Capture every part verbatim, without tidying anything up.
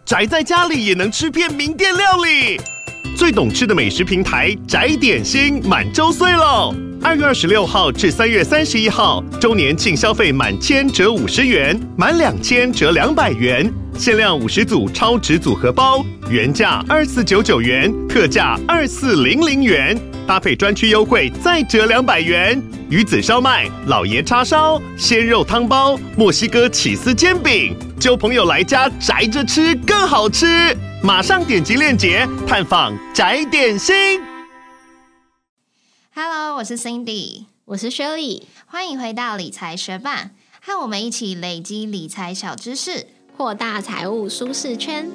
宅在家里也能吃遍名店料理。最懂吃的美食平台宅点心满周岁喽！二月二十六号至三月三十一号，周年庆消费满千折五十元，满两千折两百元，限量五十组超值组合包，原价二四九九元，特价二四零零元，搭配专区优惠再折两百元。鱼子烧麦、老爷叉烧、鲜肉汤包、墨西哥起司煎饼，揪朋友来家宅着吃更好吃。马上点击链接探访宅点心。 Hello， 我是 Cindy， 我是 Shirley， 欢迎回到理财学伴，和我们一起累积理财小知识， 扩大财务舒适圈。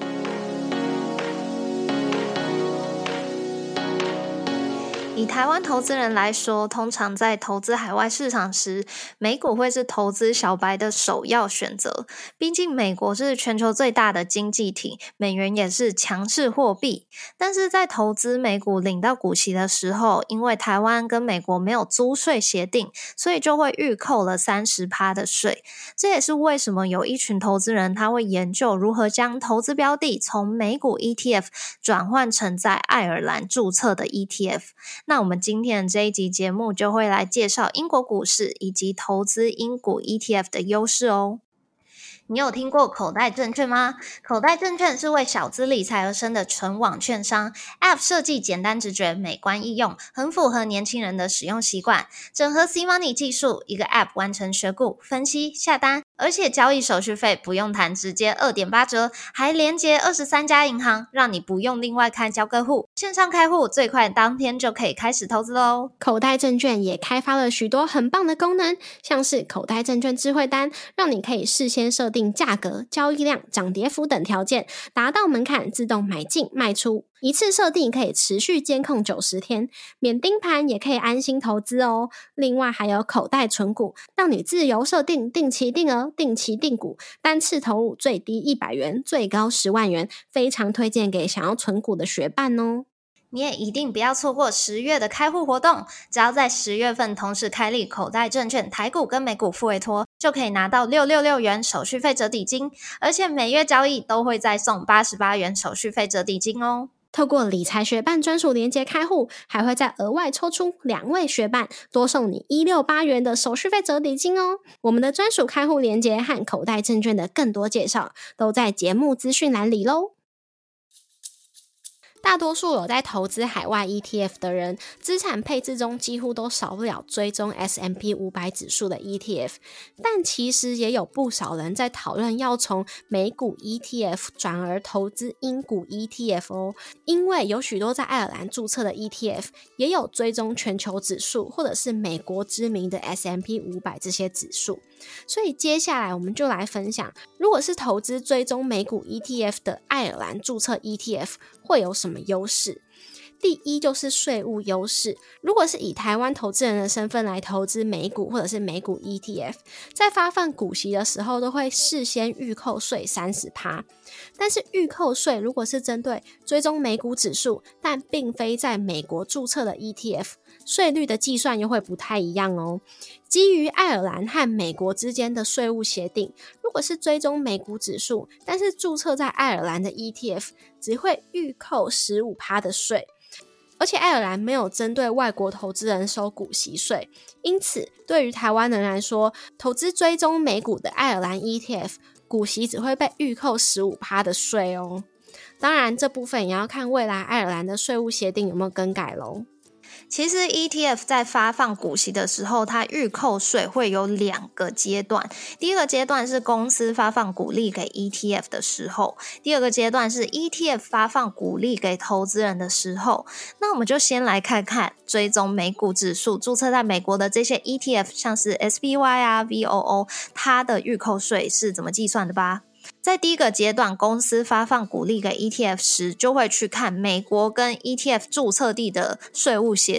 以台湾投资人来说，通常在投资海外市场时，美股会是投资小白的首要选择。毕竟美国是全球最大的经济体，美元也是强势货币。但是在投资美股领到股息的时候，因为台湾跟美国没有租税协定，所以就会预扣了 百分之三十 的税。这也是为什么有一群投资人他会研究如何将投资标的从美股 E T F 转换成在爱尔兰注册的 E T F。那我们今天的这一集节目就会来介绍英国股市以及投资英股 E T F 的优势哦。你有听过口袋证券吗？口袋证券是为小资理财而生的纯网券商 ，App 设计简单直觉、美观易用，很符合年轻人的使用习惯。整合 C Money 技术，一个 App 完成选股、分析、下单，而且交易手续费不用谈，直接 二点八 折，还连接二十三家银行，让你不用另外开交割户，线上开户最快当天就可以开始投资咯。 口袋证券也开发了许多很棒的功能，像是口袋证券智慧单，让你可以事先设定价格、交易量、涨跌幅等条件，达到门槛自动买进卖出，一次设定可以持续监控九十天，免盯盘也可以安心投资哦。另外还有口袋存股，让你自由设定定期定额、定期定股，单次投入最低一百元，最高十万元，非常推荐给想要存股的学伴哦。 你也一定不要错过十月的开户活动，只要在十月份同时开立口袋证券台股跟美股复委托，就可以拿到六百六十六元手续费折抵金，而且每月交易都会再送八十八元手续费折抵金哦。 透过理财学伴专属连结开户，还会再额外抽出两位学伴，多送你一百六十八元的手续费折抵金哦。我们的专属开户连结和口袋证券的更多介绍，都在节目资讯栏里咯。大多数有在投资海外 E T F 的人，资产配置中几乎都少不了追踪 S and P 五百 指数的 E T F， 但其实也有不少人在讨论要从美股 E T F 转而投资英股 E T F 哦，因为有许多在爱尔兰注册的 E T F 也有追踪全球指数或者是美国知名的 S and P 五百 这些指数。所以接下来我们就来分享，如果是投资追踪美股 E T F 的爱尔兰注册 E T F 会有什么优势。第一就是税务优势，如果是以台湾投资人的身份来投资美股或者是美股 E T F， 在发放股息的时候都会事先预扣税 百分之三十， 但是预扣税如果是针对追踪美股指数但并非在美国注册的 E T F， 税率的计算又会不太一样哦。基于爱尔兰和美国之间的税务协定，如果是追踪美股指数但是注册在爱尔兰的 E T F， 只会预扣 百分之十五 的税，而且爱尔兰没有针对外国投资人收股息税，因此对于台湾人来说，投资追踪美股的爱尔兰 E T F 股息只会被预扣 百分之十五 的税哦。当然这部分也要看未来爱尔兰的税务协定有没有更改咯。 其实 E T F 在发放股息的时候，它预扣税会有两个阶段。第一个阶段是公司发放股利给 E T F 的时候，第二个阶段是 E T F 发放股利给投资人的时候。那我们就先来看看追踪美股指数注册在美国的这些 E T F， 像是 S P Y 啊 V O O， 它的预扣税是怎么计算的吧。在第一个阶段，公司发放股利给 E T F 时，就会去看美国跟 E T F 注册地的税务协定。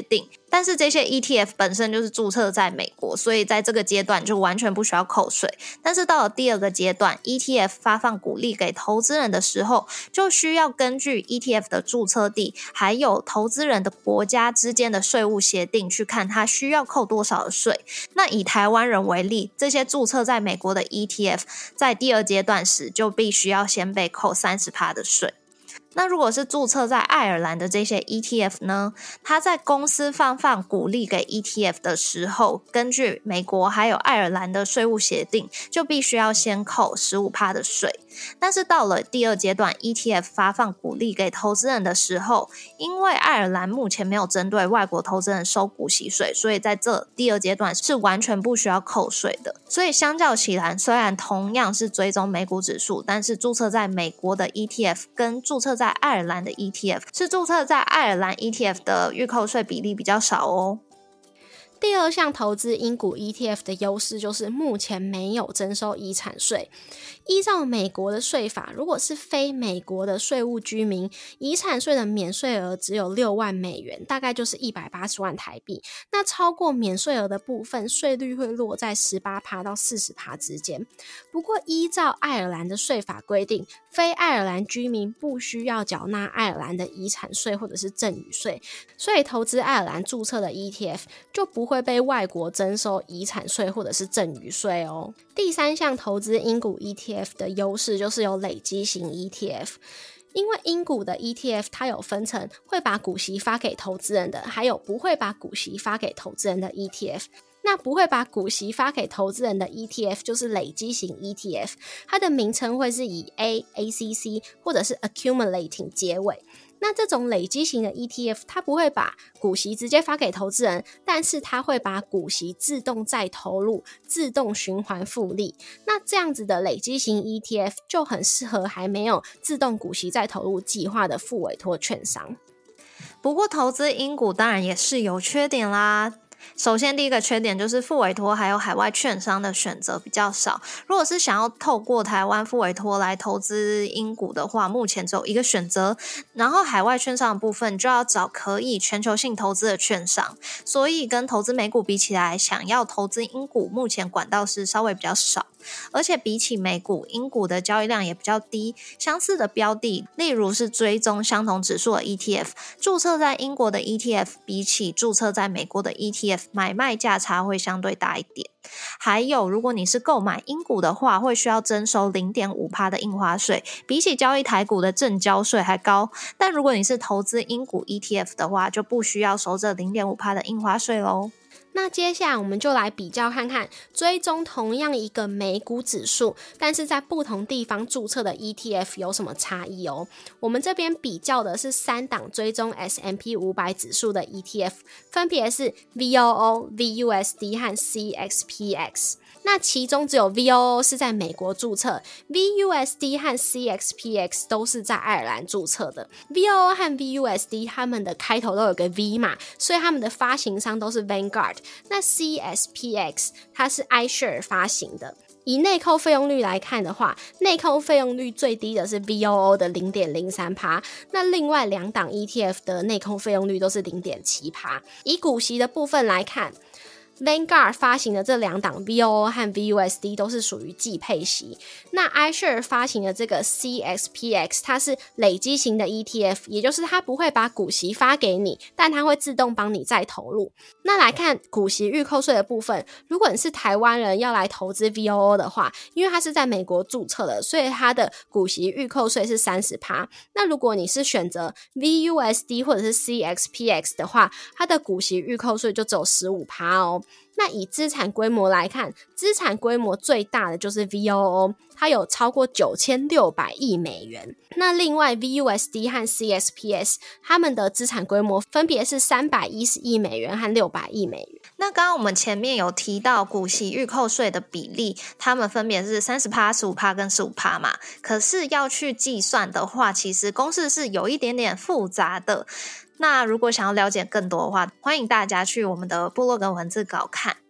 但是这些 E T F 本身就是注册在美国，所以在这个阶段就完全不需要扣税。但是到了第二个阶段 E T F 发放股利给投资人的时候，就需要根据 E T F 的注册地还有投资人的国家之间的税务协定去看它需要扣多少的税。那以台湾人为例，这些注册在美国的 E T F 在第二阶段时就必须要先被扣 百分之三十 的税。那如果是注册在爱尔兰的这些 E T F 呢，它在公司发放股利给 E T F 的时候，根据美国还有爱尔兰的税务协定，就必须要先扣 百分之十五 的税。但是到了第二阶段 E T F 发放股利给投资人的时候，因为爱尔兰目前没有针对外国投资人收股息税，所以在这第二阶段是完全不需要扣税的。所以相较起来，虽然同样是追踪美股指数，但是注册在美国的 E T F 跟注册在爱尔兰的 E T F 是注册在爱尔兰 E T F 的预扣税比例比较少哦。 第二项投资英股 E T F 的优势就是目前没有征收遗产税。依照美国的税法，如果是非美国的税务居民，遗产税的免税额只有六万美元，大概就是一百八十万台币。那超过免税额的部分，税率会落在 百分之十八 到 百分之四十 之间。不过依照爱尔兰的税法规定，非爱尔兰居民不需要缴纳爱尔兰的遗产税或者是赠与税，所以投资爱尔兰注册的 E T F 就不会被外国征收遗产税或者是赠与税哦。第三项投资英股 E T F 的优势就是有累积型 E T F。因为英股的 E T F 它有分成会把股息发给投资人的，还有不会把股息发给投资人的 E T F。那不会把股息发给投资人的 E T F 就是累积型 E T F， 它的名称会是以 A、A C C 或者是 Accumulating 结尾。那这种累积型的 E T F 它不会把股息直接发给投资人，但是它会把股息自动再投入，自动循环复利。那这样子的累积型 E T F 就很适合还没有自动股息再投入计划的副委托券商。 不过投资英股当然也是有缺点啦。首先第一个缺点就是副委托还有海外券商的选择比较少。如果是想要透过台湾副委托来投资英股的话，目前只有一个选择，然后海外券商的部分就要找可以全球性投资的券商，所以跟投资美股比起来，想要投资英股目前管道是稍微比较少。而且比起美股，英股的交易量也比较低，相似的标的，例如是追踪相同指数的 E T F， 注册在英国的 E T F 比起注册在美国的 E T F 买卖价差会相对大一点。还有如果你是购买英股的话，会需要征收 百分之零点五 的印花税，比起交易台股的证交税还高。但如果你是投资英股 E T F 的话，就不需要收这 零点五 的印花税咯。 那接下来我们就来比较看看追踪同样一个美股指数，但是在不同地方注册的 E T F 有什么差异哦。我们这边比较的是三档追踪 S and P 五百 指数的 E T F， 分别是 V O O、V U S D 和 C X P X。那其中只有 V O O 是在美国注册， V U S D 和 C X P X 都是在爱尔兰注册的。 V O O 和 V U S D 他们的开头都有个 V 嘛，所以他们的发行商都是 Vanguard。 那 C X P X 它是 iShares 发行的。以内扣费用率来看的话，内扣费用率最低的是 V O O 的 零点零三 趴， 那另外两档 E T F 的内扣费用率都是 零点七 趴。以股息的部分来看，Vanguard 发行的这两档 V O O 和 V U S D 都是属于季配息，那 iShares 发行的这个 C X P X 它是累积型的 E T F， 也就是它不会把股息发给你，但它会自动帮你再投入。那来看股息预扣税的部分，如果你是台湾人要来投资 V O O 的话，因为它是在美国注册的，所以它的股息预扣税是 百分之三十。 那如果你是选择 V U S D 或者是 C X P X 的话，它的股息预扣税就只有 百分之十五 哦。那以资产规模来看，资产规模最大的就是 V O O， 它有超过九千六百亿美元。那另外 V U S D 和 C X P S 他们的资产规模分别是三百一十亿美元和六百亿美元。 那刚刚我们前面有提到股息预扣税的比例，他们分别是 百分之三十、百分之十五 跟 百分之十五 嘛。可是要去计算的话，其实公式是有一点点复杂的。那如果想要了解更多的话，欢迎大家去我们的部落格文字稿看。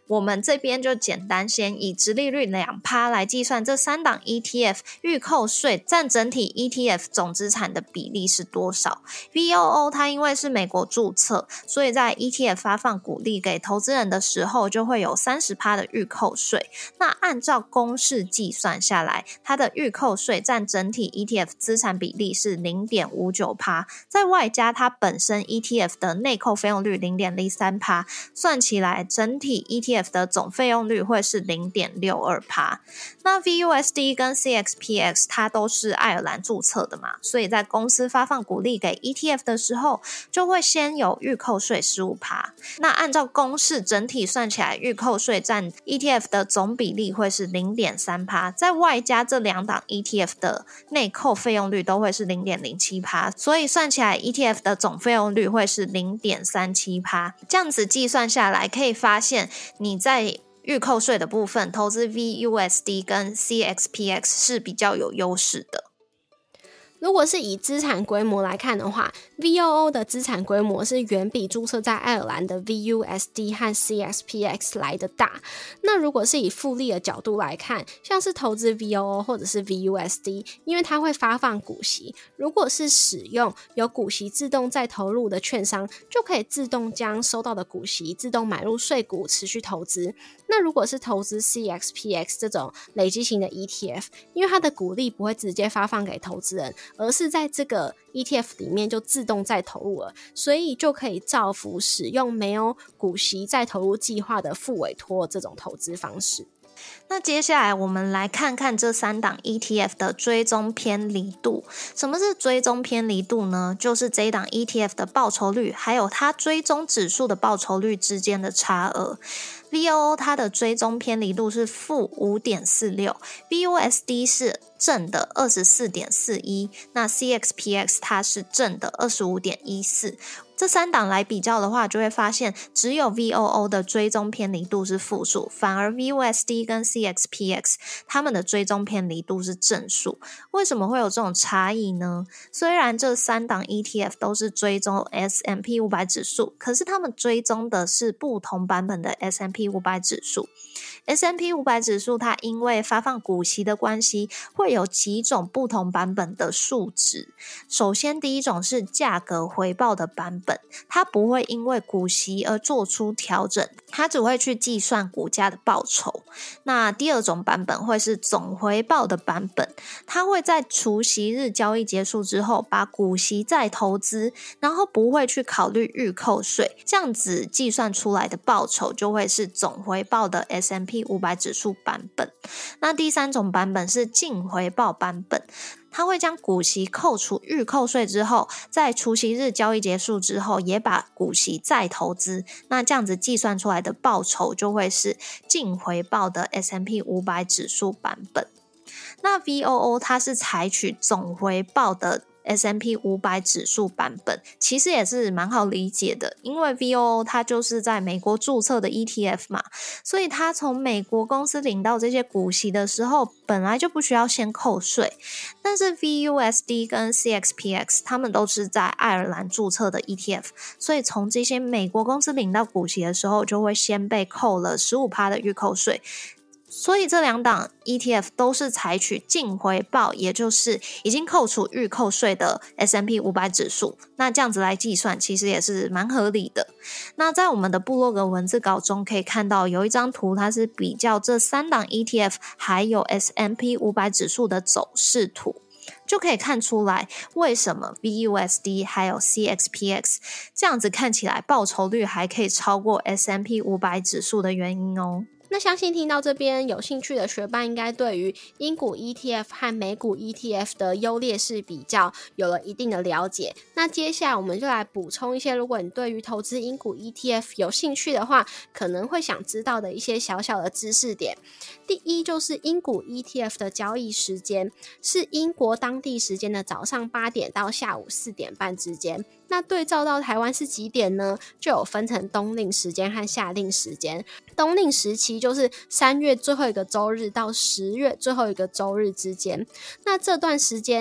我们这边就简单先以殖利率 百分之二 来计算这三档 E T F 预扣税占整体 E T F 总资产的比例是多少。 V O O 它因为是美国注册，所以在 E T F 发放股利给投资人的时候就会有 百分之三十 的预扣税。那按照公式计算下来，它的预扣税占整体 E T F 资产比例是 零点五九， 再外加它本身 E T F 的内扣费用率 零点零三， 算起来整体 E T F 的总费用率会是 零点六二。 那 V U S D 跟 C X P X 它都是爱尔兰注册的嘛，所以在公司发放股利给 E T F 的时候就会先有预扣税 百分之十五。 那按照公式整体算起来，预扣税占 E T F 的总比例会是 零点三， 再外加这两档 E T F 的内扣费用率都会是 零点零七， 所以算起来 E T F 的总费用率会是 零点三七。 这样子计算下来，可以发现你在预扣税的部分投资 V U S D 跟 C X P X 是比较有优势的。 如果是以资产规模来看的话， V O O 的资产规模是远比注册在爱尔兰的 V U S D 和 C X P X 来的大。那如果是以复利的角度来看，像是投资 V O O 或者是 V U S D， 因为它会发放股息，如果是使用有股息自动再投入的券商，就可以自动将收到的股息自动买入税股持续投资。那如果是投资 C X P X 这种累积型的 E T F， 因为它的股利不会直接发放给投资人，而是在这个 E T F 里面就自动再投入了，所以就可以造福使用没有股息再投入计划的副委托这种投资方式。 那接下来我们来看看这三档 E T F 的追踪偏离度。什么是追踪偏离度呢？就是这一档 E T F 的报酬率还有它追踪指数的报酬率之间的差额。V O O 它的追踪偏离度是负 五点四六， V U S D 是正的 二十四点四一， 那 C X P X 它是正的 二十五点一四。这三档来比较的话，就会发现只有 V O O 的追踪偏离度是负数，反而 V U S D 跟 C X P X 他们的追踪偏离度是正数。为什么会有这种差异呢？虽然这三档 E T F 都是追踪 S and P 五百 指数，可是他们追踪的是不同版本的 S and P 五百 指数。S and P 五百 指数它因为发放股息的关系，会有几种不同版本的数值。首先第一种是价格回报的版本，它不会因为股息而做出调整，它只会去计算股价的报酬。那第二种版本会是总回报的版本，它会在除息日交易结束之后把股息再投资，然后不会去考虑预扣税，这样子计算出来的报酬就会是总回报的 S and P 五百 指数版本。那第三种版本是净回报版本，它会将股息扣除预扣税之后，在除息日交易结束之后也把股息再投资，那这样子计算出来的报酬就会是净回报的 S and P 五百 指数版本。那 V O O 它是采取总回报的S and P 五百 指数版本，其实也是蛮好理解的，因为 V O O 它就是在美国注册的 E T F 嘛，所以它从美国公司领到这些股息的时候本来就不需要先扣税。但是 V U S D 跟 C X P X 他们都是在爱尔兰注册的 E T F， 所以从这些美国公司领到股息的时候就会先被扣了 百分之十五 的预扣税。所以这两档 E T F 都是采取净回报，也就是已经扣除预扣税的 S and P 五百 指数，那这样子来计算其实也是蛮合理的。那在我们的部落格文字稿中可以看到有一张图，它是比较这三档 E T F 还有 S and P 五百 指数的走势图，就可以看出来为什么 V U S D 还有 C X P X 这样子看起来报酬率还可以超过 S and P 五百 指数的原因哦。 那相信听到这边有兴趣的学伴应该对于英股 E T F 和美股 E T F 的优劣势比较有了一定的了解。那接下来我们就来补充一些如果你对于投资英股 E T F 有兴趣的话可能会想知道的一些小小的知识点。第一就是英股 E T F 的交易时间是英国当地时间的早上八点到下午四点半之间。那对照到台湾是几点呢？就有分成冬令时间和夏令时间。冬令时期就是三月最后一个周日到十月最后一个周日之间。那这段时间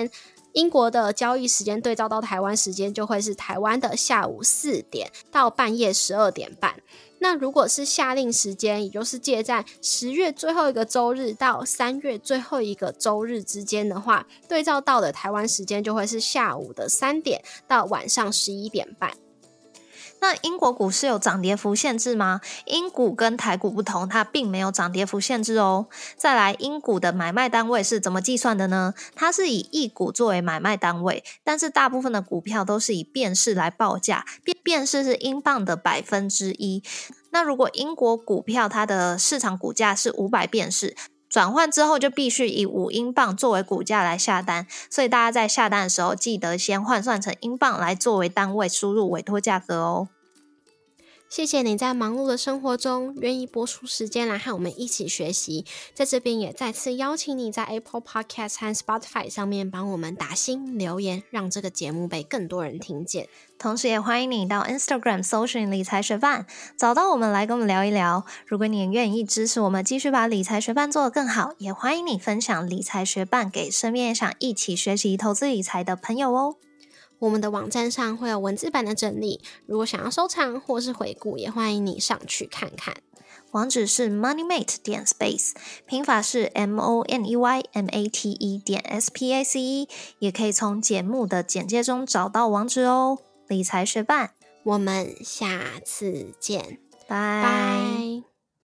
英国的交易时间对照到台湾时间就会是台湾的下午四点到半夜十二点半。那如果是夏令时间，也就是介在十月最后一个周日到三月最后一个周日之间的话，对照到的台湾时间就会是下午的三点到晚上十一点半。 那英国股市有涨跌幅限制吗？英股跟台股不同，它并没有涨跌幅限制哦。再来，英股的买卖单位是怎么计算的呢？它是以一股作为买卖单位，但是大部分的股票都是以便士来报价，便士是英镑的百分之一。那如果英国股票它的市场股价是五百便士，转换之后就必须以五英镑作为股价来下单，所以大家在下单的时候记得先换算成英镑来作为单位输入委托价格哦。 谢谢你在忙碌的生活中愿意拨出时间来和我们一起学习，在这边也再次邀请你在 Apple Podcast 和 Spotify 上面帮我们打星留言，让这个节目被更多人听见。 同时也欢迎你到 Instagram 搜寻理财学伴，找到我们来跟我们聊一聊。如果你也愿意支持我们继续把理财学伴做得更好，也欢迎你分享理财学伴给身边想一起学习投资理财的朋友哦。 我们的网站上会有文字版的整理，如果想要收藏或是回顾，也欢迎你上去看看。 网址是 moneymate 点 space， 拼法是 M O N E Y M A T E 点 S P A C E， 也可以从节目的简介中找到网址哦。理财学伴， 我们下次见， 拜拜。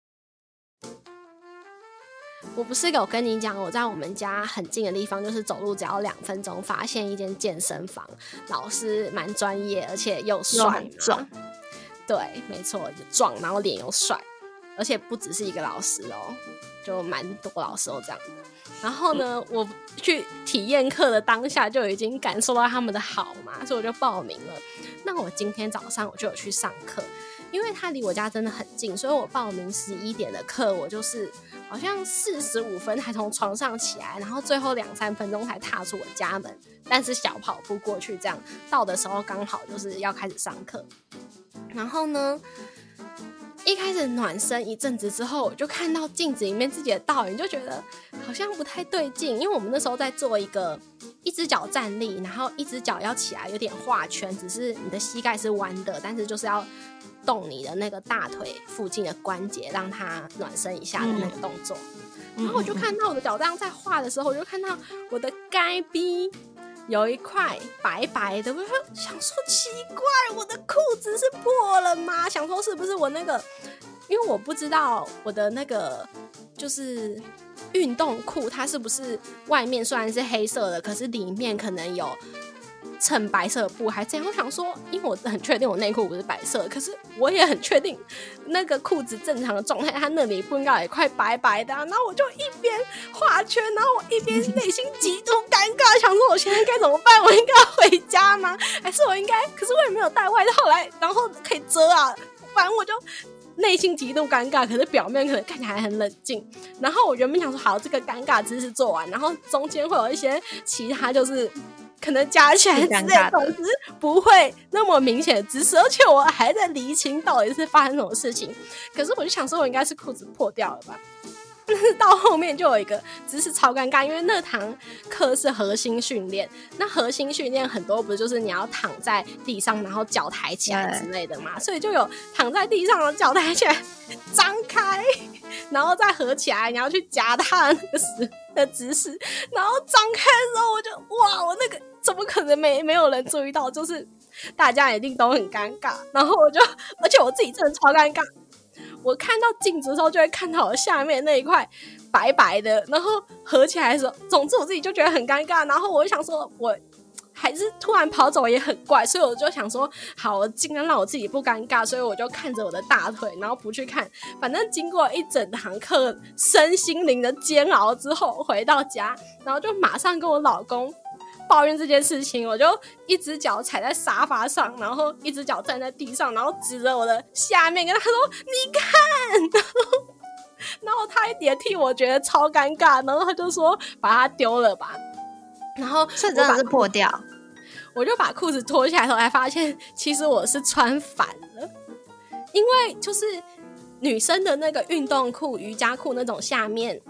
我不是有跟你讲，我在我们家很近的地方，就是走路只要两分钟，发现一间健身房，老师蛮专业，而且又帅， 壮， 对，没错，就壮，然后脸又帅，而且不只是一个老师哦，就蛮多老师都这样。然后呢，我去体验课的当下就已经感受到他们的好嘛，所以我就报名了。那我今天早上我就有去上课，因为它离我家真的很近，所以我报名十一点的课，我就是好像四十五分才从床上起来，然后最后两三分钟才踏出我家门，但是小跑步过去，这样到的时候刚好就是要开始上课。然后呢，一开始暖身一阵子之后，我就看到镜子里面自己的倒影，就觉得好像不太对劲，因为我们那时候在做一个一只脚站立，然后一只脚要起来有点画圈，只是你的膝盖是弯的，但是就是要动你的那个大腿附近的关节，让它暖身一下的那个动作、嗯、然后我就看到我的脚这样在画的时候，我就看到我的该逼有一块白白的，我就想说奇怪，我的裤子是破了吗？想说是不是我那个，因为我不知道我的那个就是运动裤它是不是外面虽然是黑色的，可是里面可能有衬白色的布还这样。我想说，因为我很确定我内裤不是白色的，可是我也很确定那个裤子正常的状态它那里不应该有一块白白的、啊、然后我就一边画圈，然后我一边内心极度尴尬想说我现在该怎么办，我应该要回家吗？还是我应该，可是我也没有带外套来然后可以遮啊，反正我就内心极度尴尬，可是表面可能看起来很冷静。然后我原本想说好，这个尴尬姿势做完，然后中间会有一些其他就是可能加起来之类的，总之不会那么明显的姿势，而且我还在厘清到底是发生什么事情。可是我就想说我应该是裤子破掉了吧，但是到后面就有一个姿势超尴尬，因为那堂课是核心训练，那核心训练很多不是就是你要躺在地上然后脚抬起来之类的嘛，所以就有躺在地上的脚抬起来张开然后再合起来，你要去夹它的那个时的姿势，然后张开的时候我就哇，我那个怎么可能没没有人注意到，就是大家一定都很尴尬。然后我就而且我自己真的超尴尬，我看到镜子的时候就会看到我下面那一块白白的，然后合起来的时候，总之我自己就觉得很尴尬。然后我就想说我还是突然跑走也很怪，所以我就想说好，我尽量让我自己不尴尬，所以我就看着我的大腿然后不去看。反正经过一整堂课身心灵的煎熬之后回到家，然后就马上跟我老公抱怨这件事情。我就一只脚踩在沙发上，然后一只脚站在地上，然后指着我的下面跟他说你看，然后然后他也替我觉得超尴尬，然后他就说把它丢了吧。然后所以真的是破掉， 我就把裤子脱下来的时候才发现其实我是穿反了。因为就是女生的那个运动裤瑜伽裤那种下面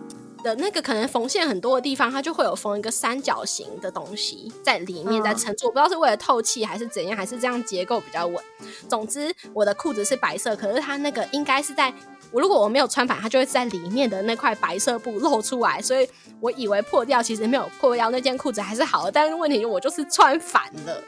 的那个可能缝线很多的地方，它就会有缝一个三角形的东西在里面在撑住、嗯、我不知道是为了透气还是怎样，还是这样结构比较稳。总之我的裤子是白色，可是它那个应该是在如果我没有穿反，它就会在里面的那块白色布露出来，所以我以为破掉，其实没有破掉，那件裤子还是好的，但是问题我就是穿反了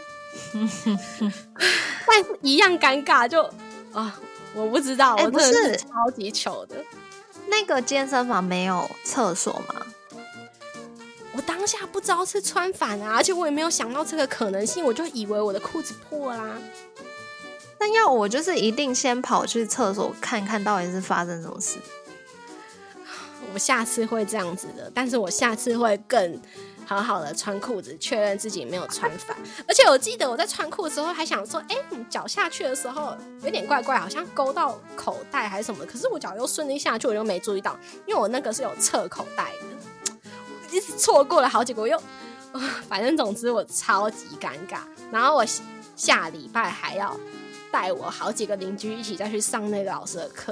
但一样尴尬，就啊，我不知道、欸、我真的是超级糗的。 那个健身房没有厕所吗？ 我当下不知道是穿反啊，而且我也没有想到这个可能性，我就以为我的裤子破啦。 那要我就是一定先跑去厕所看看到底是发生什么事。 我下次会这样子的，但是我下次会更好好的穿裤子，确认自己没有穿反。而且我记得我在穿裤子的时候还想说，哎、欸，脚下去的时候有点怪怪，好像勾到口袋还是什么，可是我脚又顺利下去，我就没注意到，因为我那个是有侧口袋的，我一直错过了好几个，我又、呃、反正总之我超级尴尬。然后我下礼拜还要带我好几个邻居一起再去上那个老师的课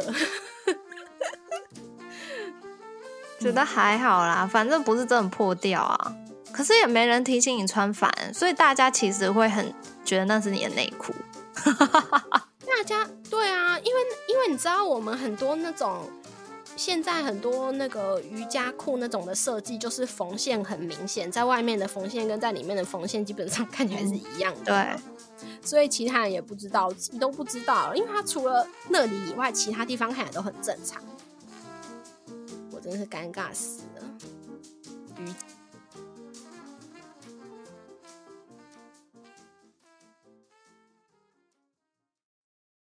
觉得还好啦，反正不是真的破掉啊，可是也没人提醒你穿反，所以大家其实会很觉得那是你的内裤大家对啊，因为因为你知道我们很多那种现在很多那个瑜伽裤那种的设计就是缝线很明显，在外面的缝线跟在里面的缝线基本上看起来是一样的、 对， 所以其他人也不知道，自己都不知道，因为他除了那里以外其他地方看起来都很正常。我真是尴尬死了。瑜